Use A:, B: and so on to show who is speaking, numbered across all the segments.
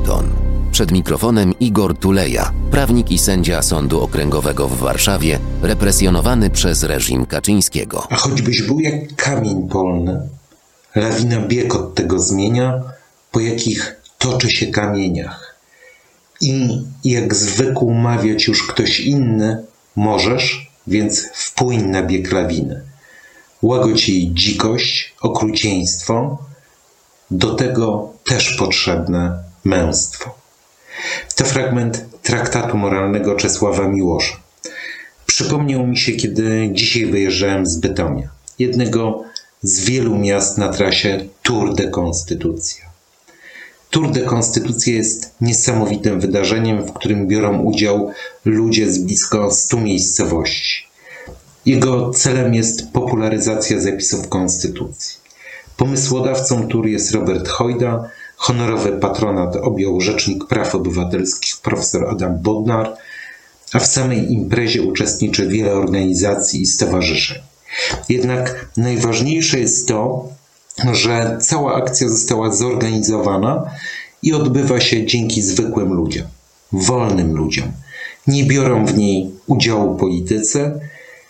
A: Waszyngton. Przed mikrofonem Igor Tuleja, prawnik i sędzia Sądu Okręgowego w Warszawie, represjonowany przez reżim Kaczyńskiego.
B: A choćbyś był jak kamień polny, lawina bieg od tego zmienia, po jakich toczy się kamieniach. I jak zwykł mawiać już ktoś inny, możesz, więc wpłyń na bieg lawiny. Łagodź jej dzikość, okrucieństwo, do tego też potrzebne męstwo. To fragment traktatu moralnego Czesława Miłosza. Przypomniał mi się, kiedy dzisiaj wyjeżdżałem z Bytomia, jednego z wielu miast na trasie Tour de Konstytucja. Tour de Konstytucja jest niesamowitym wydarzeniem, w którym biorą udział ludzie z blisko 100 miejscowości. Jego celem jest popularyzacja zapisów Konstytucji. Pomysłodawcą tour jest Robert Hojda, honorowy patronat objął Rzecznik Praw Obywatelskich profesor Adam Bodnar, a w samej imprezie uczestniczy wiele organizacji i stowarzyszeń. Jednak najważniejsze jest to, że cała akcja została zorganizowana i odbywa się dzięki zwykłym ludziom, wolnym ludziom. Nie biorą w niej udziału politycy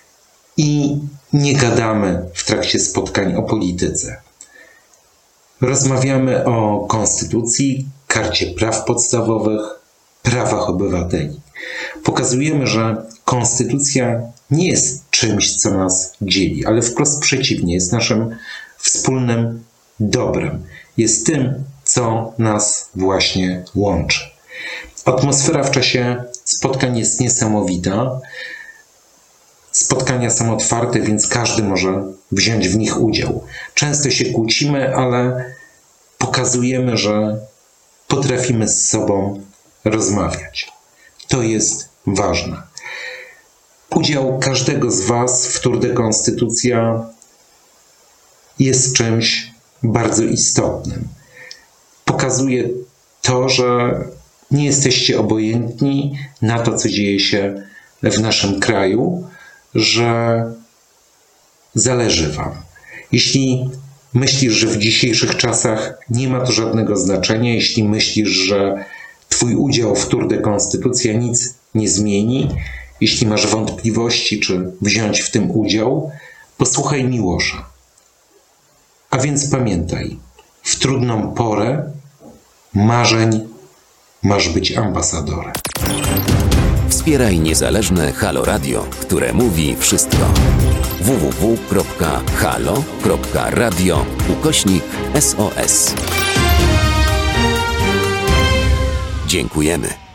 B: i nie gadamy w trakcie spotkań o polityce. Rozmawiamy o Konstytucji, Karcie Praw Podstawowych, prawach obywateli. Pokazujemy, że Konstytucja nie jest czymś, co nas dzieli, ale wprost przeciwnie, jest naszym wspólnym dobrem. Jest tym, co nas właśnie łączy. Atmosfera w czasie spotkań jest niesamowita. Spotkania są otwarte, więc każdy może wziąć w nich udział. Często się kłócimy, ale pokazujemy, że potrafimy z sobą rozmawiać. To jest ważne. Udział każdego z Was w Tour de Konstytucja jest czymś bardzo istotnym. Pokazuje to, że nie jesteście obojętni na to, co dzieje się w naszym kraju, że zależy Wam. Jeśli myślisz, że w dzisiejszych czasach nie ma to żadnego znaczenia, jeśli myślisz, że Twój udział w Tour de Konstytucja nic nie zmieni, jeśli masz wątpliwości, czy wziąć w tym udział, posłuchaj Miłosza. A więc pamiętaj, w trudną porę marzeń masz być ambasadorem.
A: Wspieraj niezależne Halo Radio, które mówi wszystko. www.halo.radio/SOS. Dziękujemy.